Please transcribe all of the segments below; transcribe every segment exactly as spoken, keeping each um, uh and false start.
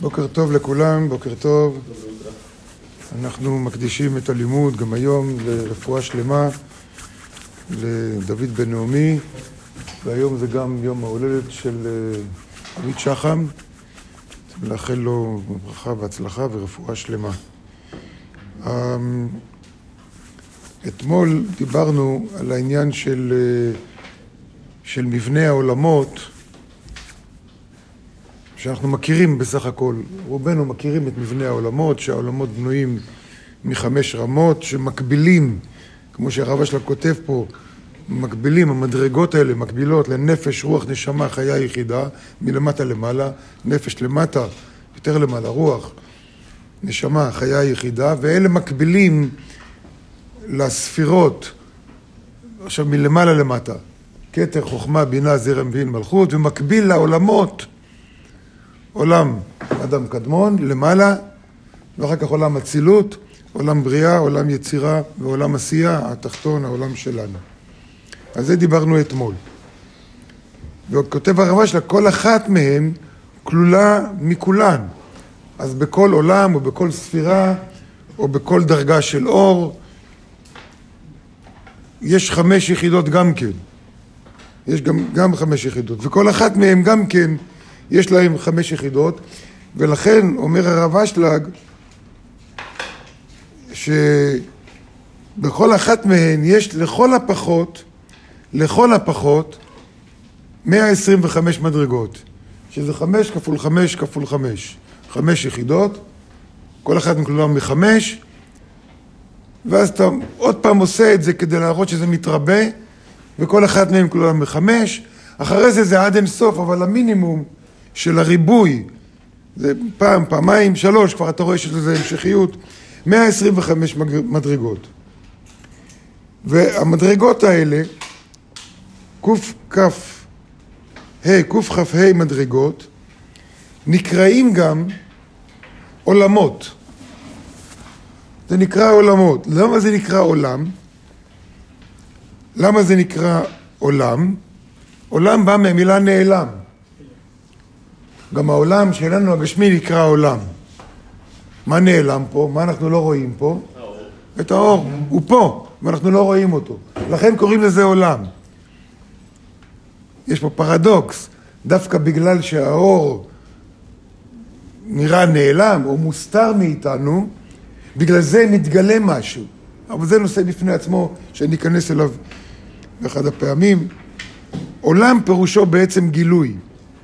בוקר טוב לכולם, בוקר טוב. אנחנו מקדישים את הלימוד גם היום לרפואה שלמה לדוד בן נעמי, והיום זה גם יום ההולדת של עמית שחם. לאחל לו ברכה והצלחה ורפואה שלמה. אתמול דיברנו על העניין של, של מבנה העולמות, שאנחנו מכירים בסך הכל, רובנו מכירים את מבנה העולמות, שהעולמות בנויים מחמש רמות, שמקבילים, כמו שהרב אשלג כותב פה, מקבילים, המדרגות האלה מקבילות לנפש, רוח, נשמה, חיה יחידה, מלמטה למעלה, נפש למטה, יותר למעלה, רוח, נשמה, חיה יחידה, ואלה מקבילים לספירות, עכשיו מלמעלה למטה, כתר, חוכמה, בינה, זרע, נביאים, מלכות, ומקביל לעולמות, עולם אדם קדמון, למעלה, ואחר כך עולם אצילות, עולם בריאה, עולם יצירה, ועולם עשייה, התחתון, העולם שלנו. אז זה דיברנו אתמול. וכותב הרב אשלג, כל אחת מהן כלולה מכולן. אז בכל עולם, או בכל ספירה, או בכל דרגה של אור, יש חמש יחידות גם כן. יש גם, גם חמש יחידות. וכל אחת מהן גם כן, יש להם חמש יחידות, ולכן אומר הרב אשלג שבכל אחת מהן יש לכל הפחות, לכל הפחות מאה עשרים וחמש מדרגות, שזה חמש כפול חמש כפול חמש, חמש יחידות, כל אחת מכלולה מחמש, ואז אתה עוד פעם עושה את זה כדי להראות שזה מתרבה, וכל אחת מהן כלולה מחמש, אחרי זה זה עד אין סוף, אבל המינימום של הריבוי, זה פעם, פעמיים, שלוש, כבר אתה רואה שזה המשכיות, מאה עשרים וחמש מדרגות. והמדרגות האלה, קוף כף, ה' קוף כף ה' מדרגות, נקראים גם עולמות. זה נקרא עולמות. למה זה נקרא עולם? למה זה נקרא עולם? עולם בא מהמילה נעלם. גם העולם שלנו הגשמי נקרא עולם. מה נעלם פה? מה אנחנו לא רואים פה? האור. את האור. הוא פה, ואנחנו לא רואים אותו. לכן קוראים לזה עולם. יש פה פרדוקס. דווקא בגלל שהאור נראה נעלם או מוסתר מאיתנו, בגלל זה מתגלה משהו. אבל זה נושא בפני עצמו שאני אכנס אליו באחד הפעמים. עולם פירושו בעצם גילוי.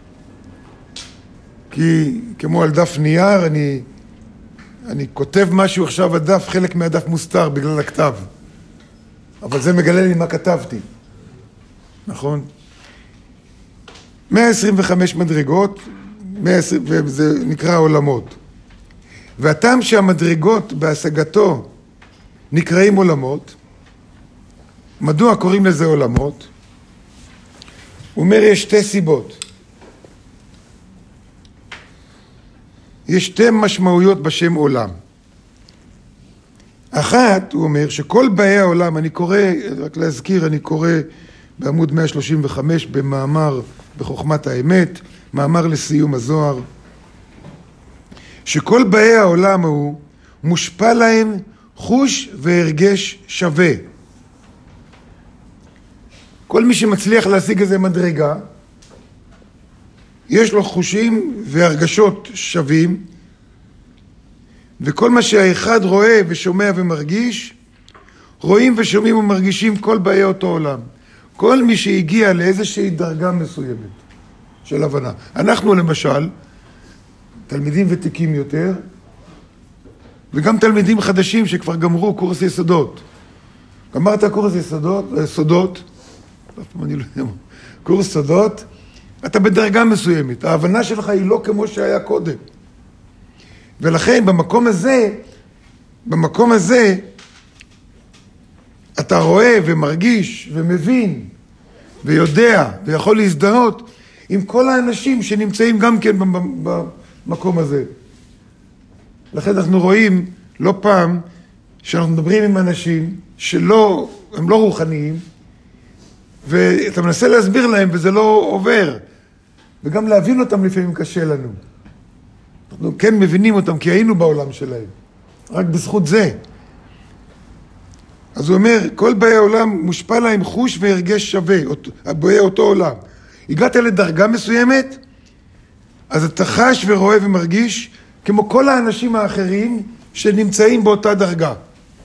כי כמו על דף נייר, אני, אני כותב משהו עכשיו, הדף, חלק מהדף מוסתר בגלל הכתב. אבל זה מגלה לי מה כתבתי. נכון? מאה עשרים וחמש מדרגות, מאה ועשרים, וזה נקרא עולמות. והטעם שהמדרגות בהשגתו נקראים עולמות, מדוע קוראים לזה עולמות? הוא אומר, יש שתי סיבות. יש שתי משמעויות בשם עולם. אחת, הוא אומר, שכל באי העולם, אני קורא, רק להזכיר, אני קורא בעמוד מאה שלושים וחמש במאמר בחוכמת האמת, מאמר לסיום הזוהר, שכל באי העולם הוא מושפע להם חוש והרגש שווה. כל מי שמצליח להשיג איזה מדרגה, יש לו חושים והרגשות שווים, וכל מה שהאחד רואה ושומע ומרגיש, רואים ושומעים ומרגישים כל באי אותו עולם. כל מי שהגיע לאיזושהי דרגה מסוימת של הבנה. אנחנו למשל, תלמידים ותיקים יותר, וגם תלמידים חדשים שכבר גמרו קורס יסודות. גמרת קורס יסודות, סודות, קורס סודות, אתה בדרגה מסוימת, ההבנה שלך היא לא כמו שהיה קודם. ולכן במקום הזה, במקום הזה, אתה רואה ומרגיש ומבין ויודע ויכול להזדהות עם כל האנשים שנמצאים גם כן במקום הזה. לכן אנחנו רואים לא פעם שאנחנו מדברים עם אנשים שלא, הם לא רוחניים, ואתה מנסה להסביר להם וזה לא עובר. וגם להבין אותם לפעמים קשה לנו. אנחנו כן מבינים אותם כי היינו בעולם שלהם. רק בזכות זה. אז הוא אומר, כל באי העולם מושפע להם חוש והרגש שווה, באי אותו עולם. הגעת לדרגה מסוימת, אז אתה חש ורואה ומרגיש כמו כל האנשים האחרים שנמצאים באותה דרגה.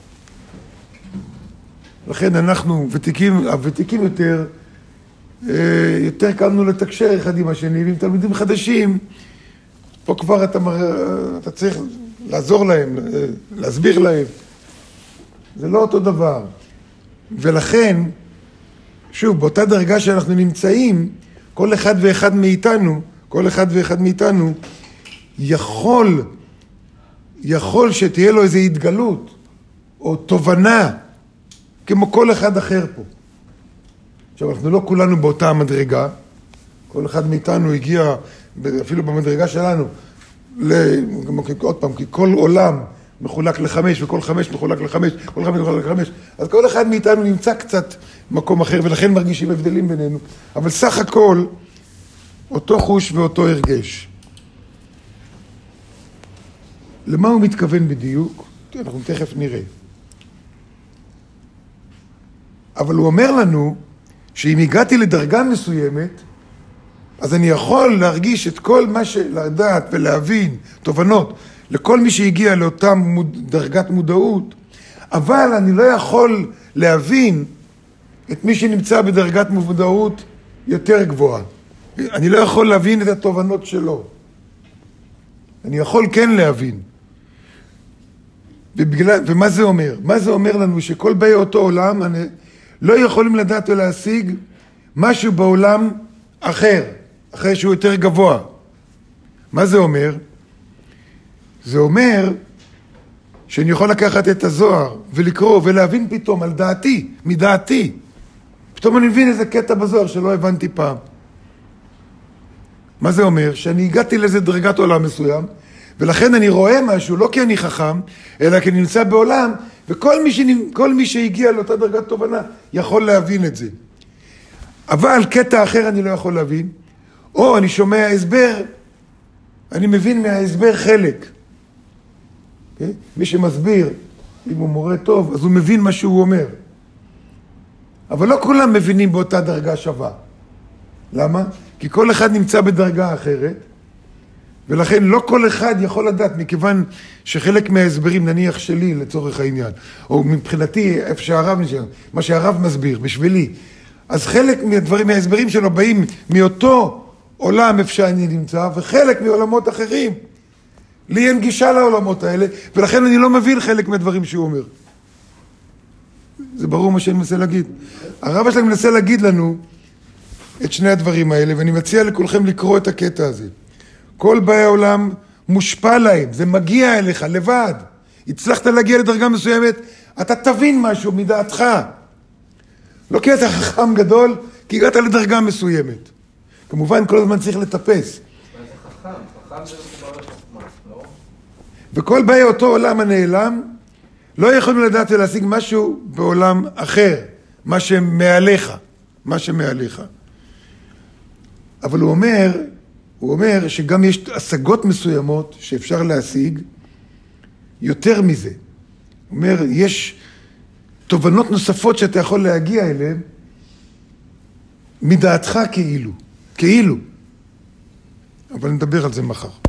לכן אנחנו ותיקים, הוותיקים יותר, יותר קמנו לתקשר אחד עם השני, ועם תלמידים חדשים, פה כבר אתה, אתה צריך לעזור להם, להסביר להם. זה לא אותו דבר. ולכן, שוב, באותה דרגה שאנחנו נמצאים, כל אחד ואחד מאיתנו, כל אחד ואחד מאיתנו, יכול, יכול שתהיה לו איזו התגלות, או תובנה, כמו כל אחד אחר פה. עכשיו, אנחנו לא כולנו באותה המדרגה, כל אחד מאיתנו הגיע, אפילו במדרגה שלנו, עוד פעם, כי כל עולם מחולק לחמש, וכל חמש מחולק לחמש, כל חמש מחולק לחמש, אז כל אחד מאיתנו נמצא קצת מקום אחר, ולכן מרגישים הבדלים בינינו. אבל סך הכל, אותו חוש ואותו הרגש. למה הוא מתכוון בדיוק? אנחנו תכף נראה. אבל הוא אומר לנו, שאם הגעתי לדרגה מסוימת, אז אני יכול להרגיש את כל מה שלדעת ולהבין, תובנות, לכל מי שהגיע לאותה מוד, דרגת מודעות, אבל אני לא יכול להבין את מי שנמצא בדרגת מודעות יותר גבוהה. אני לא יכול להבין את התובנות שלו. אני יכול כן להבין. ובגלל, ומה זה אומר? מה זה אומר לנו? שכל באי אותו עולם אני, לא יכולים לדעת ולהשיג משהו בעולם אחר, אחרי שהוא יותר גבוה. מה זה אומר? זה אומר שאני יכול לקחת את הזוהר ולקרוא ולהבין פתאום על דעתי, מדעתי. פתאום אני מבין איזה קטע בזוהר שלא הבנתי פעם. מה זה אומר? שאני הגעתי לאיזה דרגת עולם מסוים, ולכן אני רואה משהו, לא כי אני חכם, אלא כי אני נמצא בעולם, וכל מי, שנ... כל מי שהגיע לאותה דרגת תובנה יכול להבין את זה. אבל קטע אחר אני לא יכול להבין, או אני שומע הסבר, אני מבין מההסבר חלק. Okay? מי שמסביר, אם הוא מורה טוב, אז הוא מבין מה שהוא אומר. אבל לא כולם מבינים באותה דרגה שווה. למה? כי כל אחד נמצא בדרגה אחרת, ולכן לא כל אחד יכול לדעת, מכיוון שחלק מההסברים, נניח שלי לצורך העניין, או מבחינתי, איפה שהרב, מה שהרב מסביר, בשבילי, אז חלק מהדברים, מההסברים שלו באים מאותו עולם איפה שאני נמצא, וחלק מעולמות אחרים. לי אין גישה לעולמות האלה, ולכן אני לא מבין חלק מהדברים שהוא אומר. זה ברור מה שאני מנסה להגיד. הרב שלנו מנסה להגיד לנו את שני הדברים האלה, ואני מציע לכולכם לקרוא את הקטע הזה. כל באי העולם מושפע להם, זה מגיע אליך לבד. הצלחת להגיע לדרגה מסוימת, אתה תבין משהו מדעתך. לא כי אתה חכם גדול, כי הגעת לדרגה מסוימת. כמובן, כל הזמן צריך לטפס. מה זה חכם? חכם זה מחובר לחוכמה, לא? וכל באי אותו עולם הנעלם, לא יכולים לדעת ולהשיג משהו בעולם אחר, מה שמעליך, מה שמעליך. אבל הוא אומר, הוא אומר שגם יש השגות מסוימות שאפשר להשיג יותר מזה. הוא אומר, יש תובנות נוספות שאתה יכול להגיע אליהן מדעתך כאילו, כאילו. אבל נדבר על זה מחר.